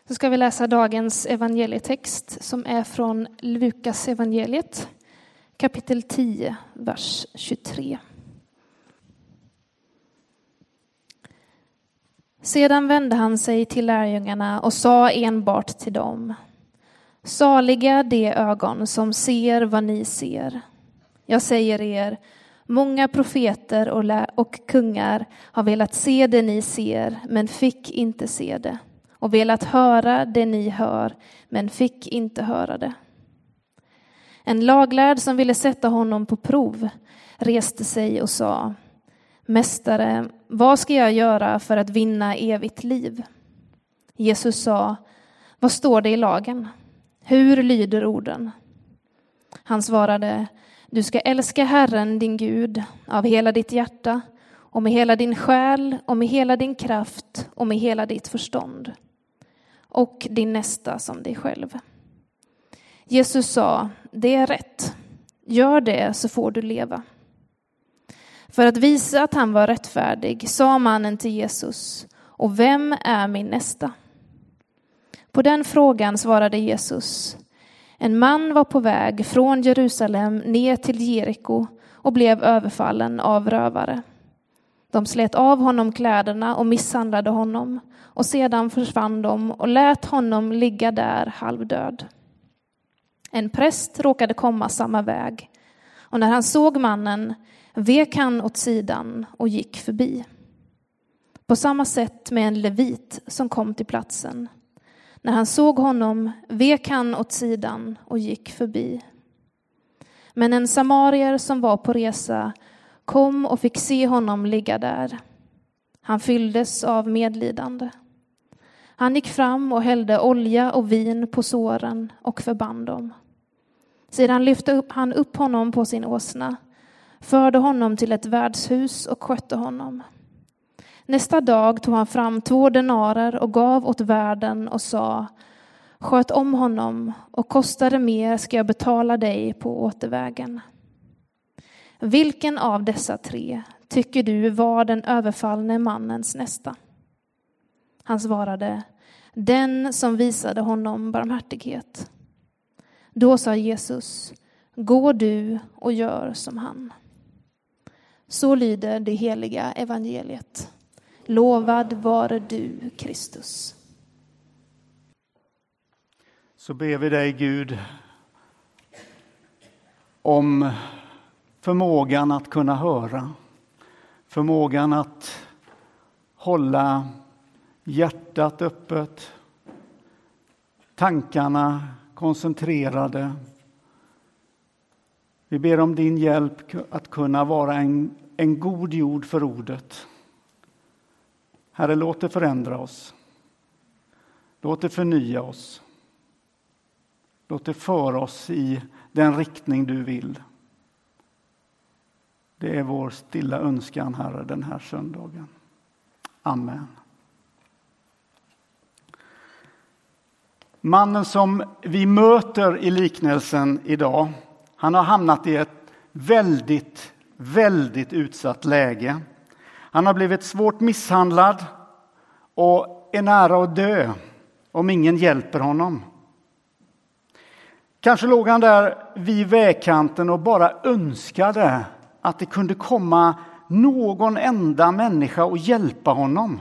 Så ska vi läsa dagens evangelietext som är från Lukas evangeliet, kapitel 10, vers 23. Sedan vände han sig till lärjungarna och sa enbart till dem: Saliga de ögon som ser vad ni ser. Jag säger er, många profeter och kungar har velat se det ni ser, men fick inte se det. Och velat höra det ni hör, men fick inte höra det. En laglärd som ville sätta honom på prov reste sig och sa: Mästare, vad ska jag göra för att vinna evigt liv? Jesus sa: Vad står det i lagen? Hur lyder orden? Han svarade: Du ska älska Herren din Gud av hela ditt hjärta och med hela din själ och med hela din kraft och med hela ditt förstånd. Och din nästa som dig själv. Jesus sa: Det är rätt. Gör det så får du leva. För att visa att han var rättfärdig sa mannen till Jesus: Och vem är min nästa? På den frågan svarade Jesus: En man var på väg från Jerusalem ner till Jeriko och blev överfallen av rövare. De slet av honom kläderna och misshandlade honom, och sedan försvann de och lät honom ligga där halvdöd. En präst råkade komma samma väg, och när han såg mannen vek han åt sidan och gick förbi. På samma sätt med en levit som kom till platsen. När han såg honom vek han åt sidan och gick förbi. Men en samarier som var på resa kom och fick se honom ligga där. Han fylldes av medlidande. Han gick fram och hällde olja och vin på såren och förband dem. Sedan lyfte han upp honom på sin åsna, förde honom till ett värdshus och skötte honom. Nästa dag tog han fram 2 denarer och gav åt värden och sa: Sköt om honom, och kostar det mer ska jag betala dig på återvägen. Vilken av dessa 3 tycker du var den överfallne mannens nästa? Han svarade: Den som visade honom barmhärtighet. Då sa Jesus: Gå du och gör som han. Så lyder det heliga evangeliet. Lovad vare du, Kristus. Så ber vi dig, Gud, om förmågan att kunna höra. Förmågan att hålla hjärtat öppet. Tankarna koncentrerade. Vi ber om din hjälp att kunna vara en god jord för ordet. Herre, låt det förändra oss. Låt det förnya oss. Låt det föra oss i den riktning du vill. Det är vår stilla önskan, Herre, den här söndagen. Amen. Mannen som vi möter i liknelsen idag, han har hamnat i ett väldigt utsatt läge. Han har blivit svårt misshandlad och är nära att dö om ingen hjälper honom. Kanske låg han där vid vägkanten och bara önskade att det kunde komma någon enda människa och hjälpa honom.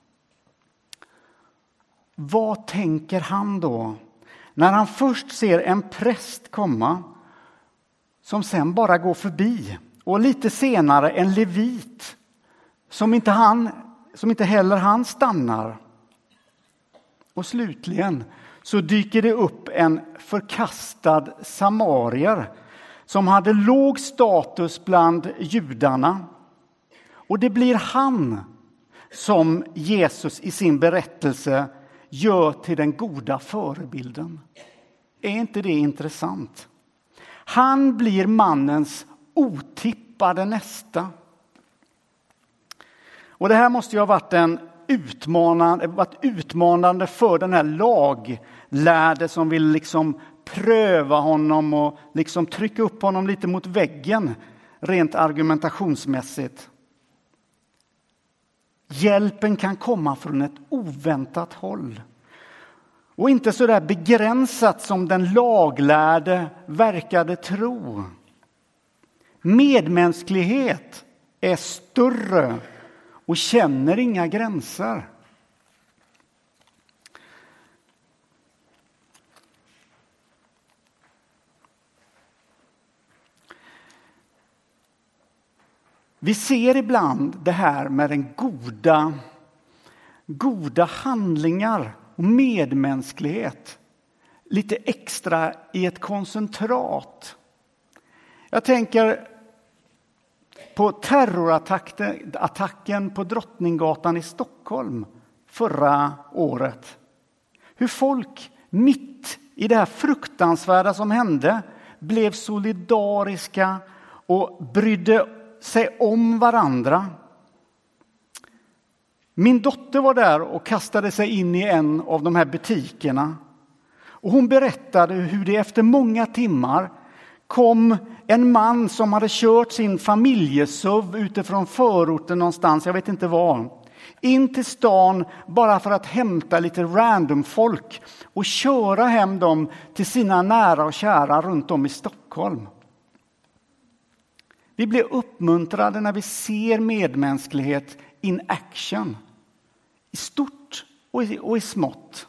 Vad tänker han då när han först ser en präst komma som sen bara går förbi, och lite senare en levit som inte heller han stannar. Och slutligen så dyker det upp en förkastad samarier som hade låg status bland judarna. Och det blir han som Jesus i sin berättelse gör till den goda förebilden. Är inte det intressant? Han blir mannens otippade nästa. Och det här måste ju ha varit utmanande för den här laglärde som vill liksom pröva honom och liksom trycka upp honom lite mot väggen rent argumentationsmässigt. Hjälpen kan komma från ett oväntat håll. Och inte så där begränsat som den laglärde verkade tro. Medmänsklighet är större och känner inga gränser. Vi ser ibland det här med den goda handlingar och medmänsklighet lite extra i ett koncentrat. Jag tänker på terrorattacken på Drottninggatan i Stockholm förra året. Hur folk mitt i det här fruktansvärda som hände blev solidariska och brydde sig om varandra. Min dotter var där och kastade sig in i en av de här butikerna. Och hon berättade hur det efter många timmar kom en man som hade kört sin familjesuv utifrån förorten någonstans, jag vet inte var, in till stan bara för att hämta lite random folk och köra hem dem till sina nära och kära runt om i Stockholm. Vi blir uppmuntrade när vi ser medmänsklighet in action. I stort och i smått.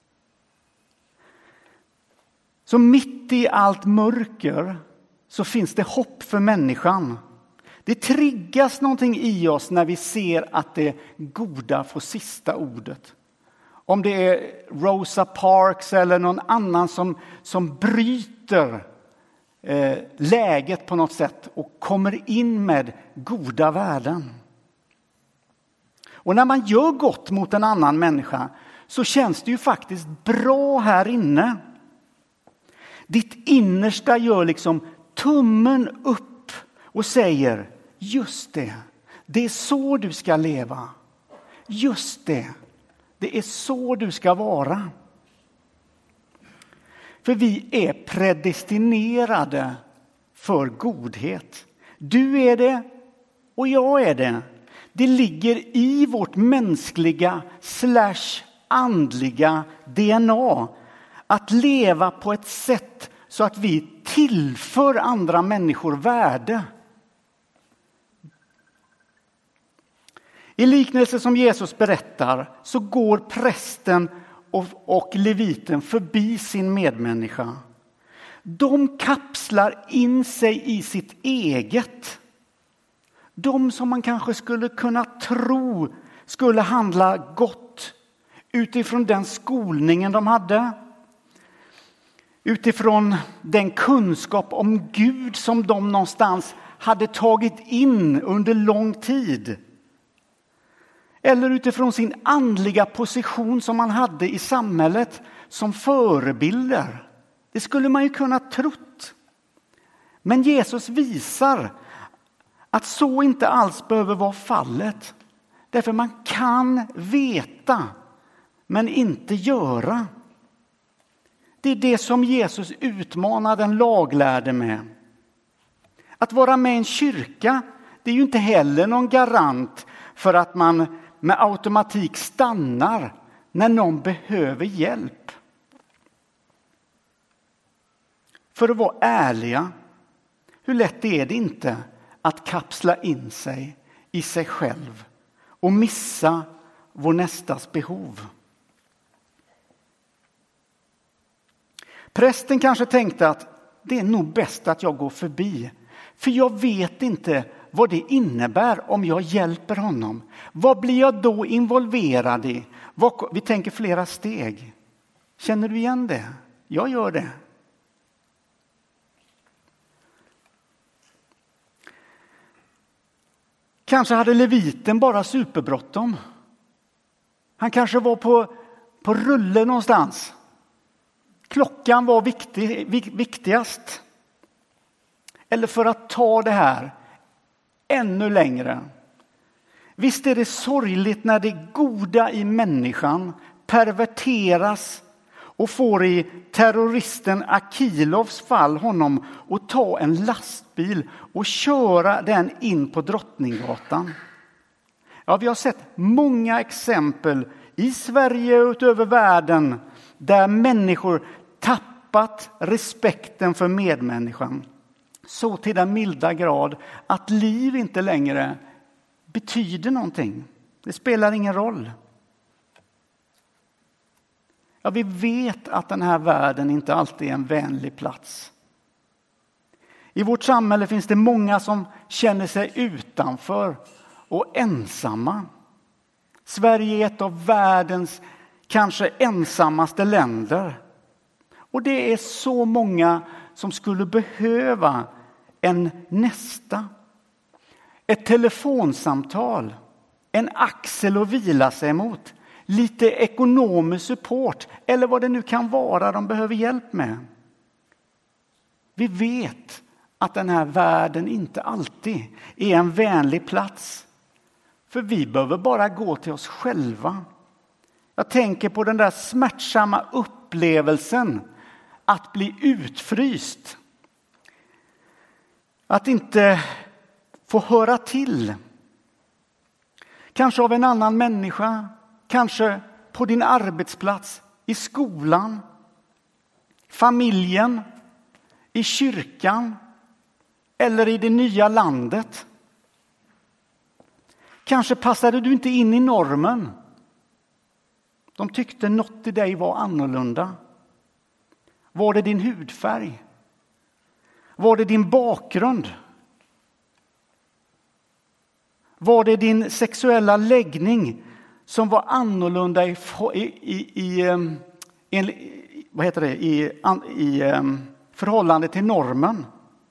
Så mitt i allt mörker så finns det hopp för människan. Det triggas någonting i oss när vi ser att det goda får sista ordet. Om det är Rosa Parks eller någon annan som bryter läget på något sätt och kommer in med goda värden. Och när man gör gott mot en annan människa så känns det ju faktiskt bra här inne. Ditt innersta gör liksom tummen upp och säger just det är så du ska leva. Just det är så du ska vara. För vi är predestinerade för godhet. Du är det och jag är det. Det ligger i vårt mänskliga / andliga DNA att leva på ett sätt så att vi tillför andra människor värde. I liknelse som Jesus berättar så går prästen och leviten förbi sin medmänniska. De kapslar in sig i sitt eget. De som man kanske skulle kunna tro skulle handla gott utifrån den skolningen de hade. Utifrån den kunskap om Gud som de någonstans hade tagit in under lång tid. Eller utifrån sin andliga position som man hade i samhället som förebilder. Det skulle man ju kunna trott. Men Jesus visar att så inte alls behöver vara fallet. Därför man kan veta men inte göra. Det är det som Jesus utmanar den laglärde med. Att vara med i en kyrka, det är ju inte heller någon garant för att man med automatik stannar när någon behöver hjälp. För att vara ärliga, hur lätt är det inte att kapsla in sig i sig själv och missa vår nästas behov. Prästen kanske tänkte att det är nog bäst att jag går förbi. För jag vet inte vad det innebär om jag hjälper honom. Vad blir jag då involverad i? Vi tänker flera steg. Känner du igen det? Jag gör det. Kanske hade leviten bara superbråttom. Han kanske var på rulle någonstans. Klockan var viktigast. Eller för att ta det här ännu längre. Visst är det sorgligt när det goda i människan perverteras och får i terroristen Akilovs fall honom att ta en lastbil och köra den in på Drottninggatan. Ja, vi har sett många exempel i Sverige och utöver världen där människor tappat respekten för medmänniskan. Så till den milda grad att liv inte längre betyder någonting. Det spelar ingen roll. Ja, vi vet att den här världen inte alltid är en vänlig plats. I vårt samhälle finns det många som känner sig utanför och ensamma. Sverige är ett av världens kanske ensammaste länder. Och det är så många som skulle behöva en nästa. Ett telefonsamtal, en axel att vila sig mot, lite ekonomisk support eller vad det nu kan vara de behöver hjälp med. Vi vet att den här världen inte alltid är en vänlig plats. För vi behöver bara gå till oss själva. Jag tänker på den där smärtsamma upplevelsen att bli utfryst. Att inte få höra till. Kanske av en annan människa. Kanske på din arbetsplats, i skolan, familjen, i kyrkan eller i det nya landet. Kanske passade du inte in i normen. De tyckte något i dig var annorlunda. Var det din hudfärg? Var det din bakgrund? Var det din sexuella läggning som var annorlunda i förhållande till normen?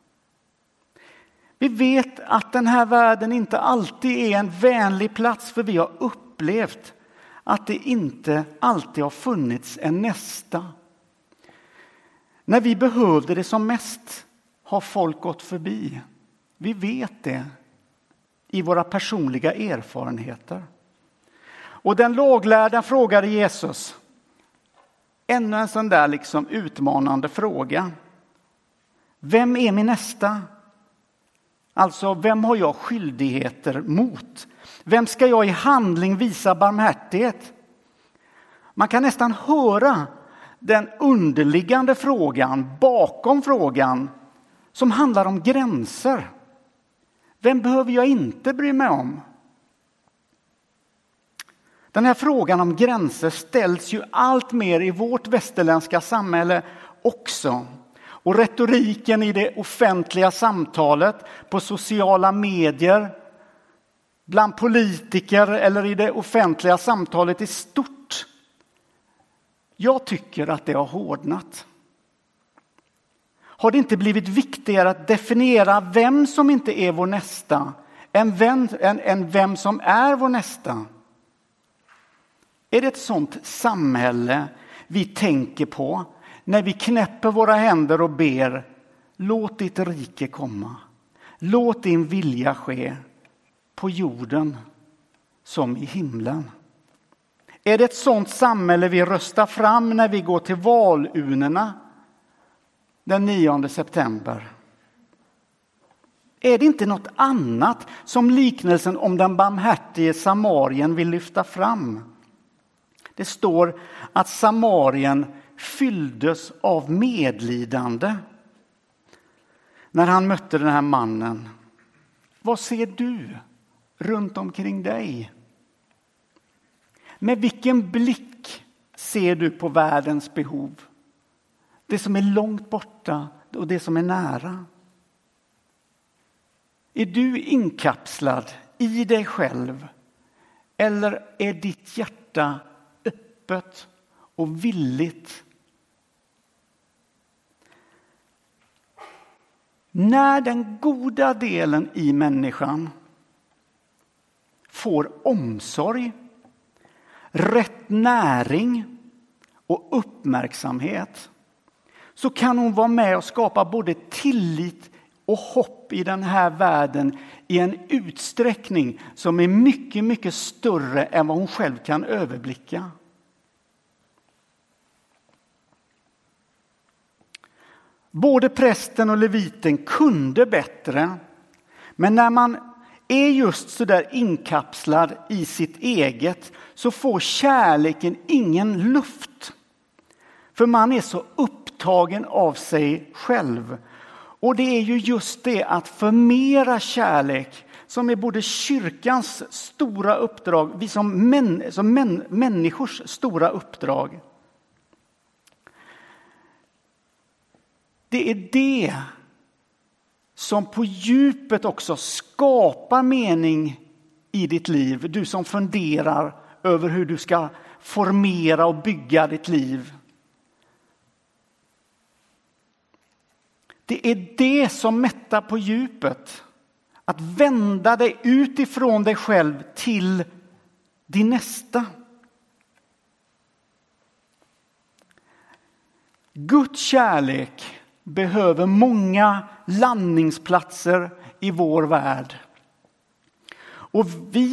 Vi vet att den här världen inte alltid är en vänlig plats, för vi har upplevt att det inte alltid har funnits en nästa. När vi behövde det som mest har folk gått förbi. Vi vet det i våra personliga erfarenheter. Och den laglärda frågade Jesus, ännu en sån där utmanande fråga. Vem är min nästa? Alltså, vem har jag skyldigheter mot? Vem ska jag i handling visa barmhärtighet? Man kan nästan höra den underliggande frågan bakom frågan som handlar om gränser. Vem behöver jag inte bry mig om? Den här frågan om gränser ställs ju allt mer i vårt västerländska samhälle också. Och retoriken i det offentliga samtalet, på sociala medier, bland politiker eller i det offentliga samtalet i stort. Jag tycker att det har hårdnat. Har det inte blivit viktigare att definiera vem som inte är vår nästa än vem som är vår nästa? Är det ett sånt samhälle vi tänker på när vi knäpper våra händer och ber, låt ditt rike komma, låt din vilja ske på jorden som i himlen? Är det ett sånt samhälle vi röstar fram när vi går till valurnorna den 9 september? Är det inte något annat som liknelsen om den barmhärtige samarien vill lyfta fram? Det står att samarien fylldes av medlidande när han mötte den här mannen. Vad ser du runt omkring dig? Med vilken blick ser du på världens behov? Det som är långt borta och det som är nära. Är du inkapslad i dig själv? Eller är ditt hjärta öppet och villigt? När den goda delen i människan får omsorg, rätt näring och uppmärksamhet, så kan hon vara med och skapa både tillit och hopp i den här världen i en utsträckning som är mycket, mycket större än vad hon själv kan överblicka. Både prästen och leviten kunde bättre, men när man är just så där inkapslad i sitt eget så får kärleken ingen luft. För man är så upptagen av sig själv. Och det är ju just det att förmera kärlek som är både kyrkans stora uppdrag, vi som människors stora uppdrag. Det är det som på djupet också skapar mening i ditt liv. Du som funderar över hur du ska formera och bygga ditt liv. Det är det som mättar på djupet. Att vända dig utifrån dig själv till din nästa. Guds kärlek behöver många landningsplatser i vår värld. Och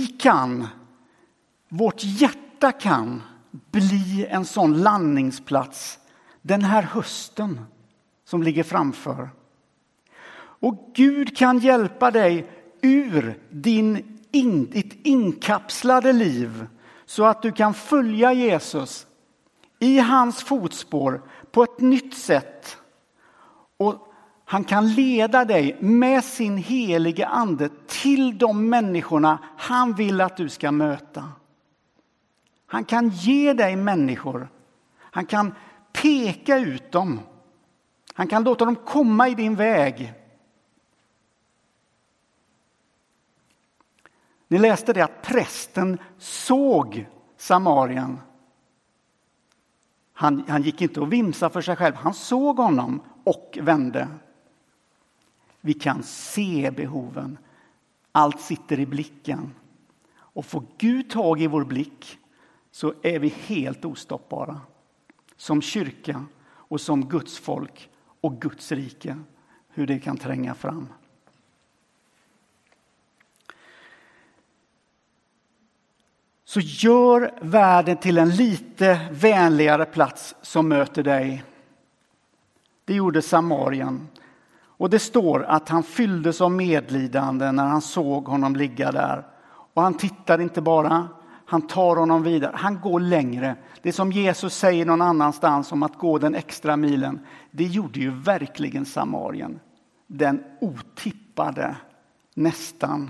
vårt hjärta kan bli en sån landningsplats den här hösten som ligger framför. Och Gud kan hjälpa dig ur ditt inkapslade liv så att du kan följa Jesus i hans fotspår på ett nytt sätt. Och han kan leda dig med sin helige ande till de människorna han vill att du ska möta. Han kan ge dig människor. Han kan peka ut dem. Han kan låta dem komma i din väg. Ni läste det att prästen såg Samarien. Han gick inte och vimsa för sig själv. Han såg honom och vände. Vi kan se behoven. Allt sitter i blicken. Och får Gud tag i vår blick så är vi helt ostoppbara. Som kyrka och som Guds folk och Guds rike. Hur det kan tränga fram. Så gör världen till en lite vänligare plats som möter dig. Det gjorde Samarien. Och det står att han fylldes av medlidande när han såg honom ligga där. Och han tittar inte bara, han tar honom vidare. Han går längre. Det som Jesus säger någon annanstans om att gå den extra milen. Det gjorde ju verkligen Samarien. Den otippade nästan.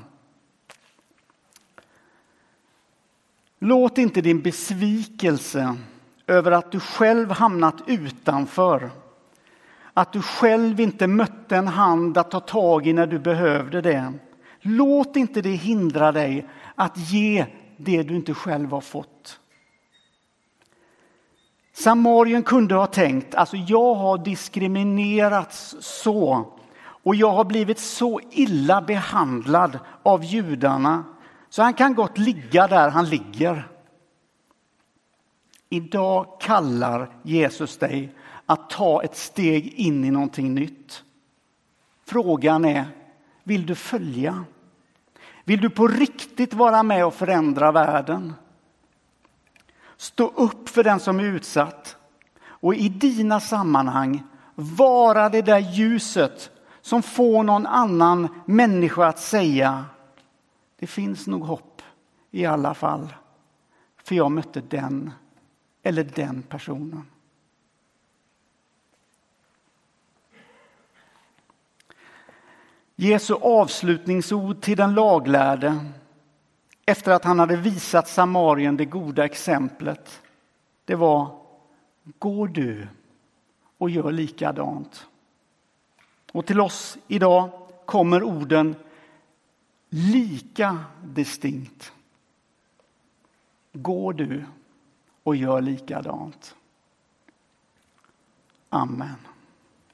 Låt inte din besvikelse över att du själv hamnat utanför, att du själv inte mötte en hand att ta tag i när du behövde det. Låt inte det hindra dig att ge det du inte själv har fått. Samarien kunde ha tänkt, alltså jag har diskriminerats så och jag har blivit så illa behandlad av judarna. Så han kan gott ligga där han ligger. Idag kallar Jesus dig att ta ett steg in i någonting nytt. Frågan är, vill du följa? Vill du på riktigt vara med och förändra världen? Stå upp för den som är utsatt. Och i dina sammanhang vara det där ljuset som får någon annan människa att säga: det finns nog hopp i alla fall. För jag mötte den eller den personen. Jesu avslutningsord till den laglärde efter att han hade visat Samarien det goda exemplet. Det var: gå du och gör likadant. Och till oss idag kommer orden lika distinkt. Gå du och gör likadant. Amen.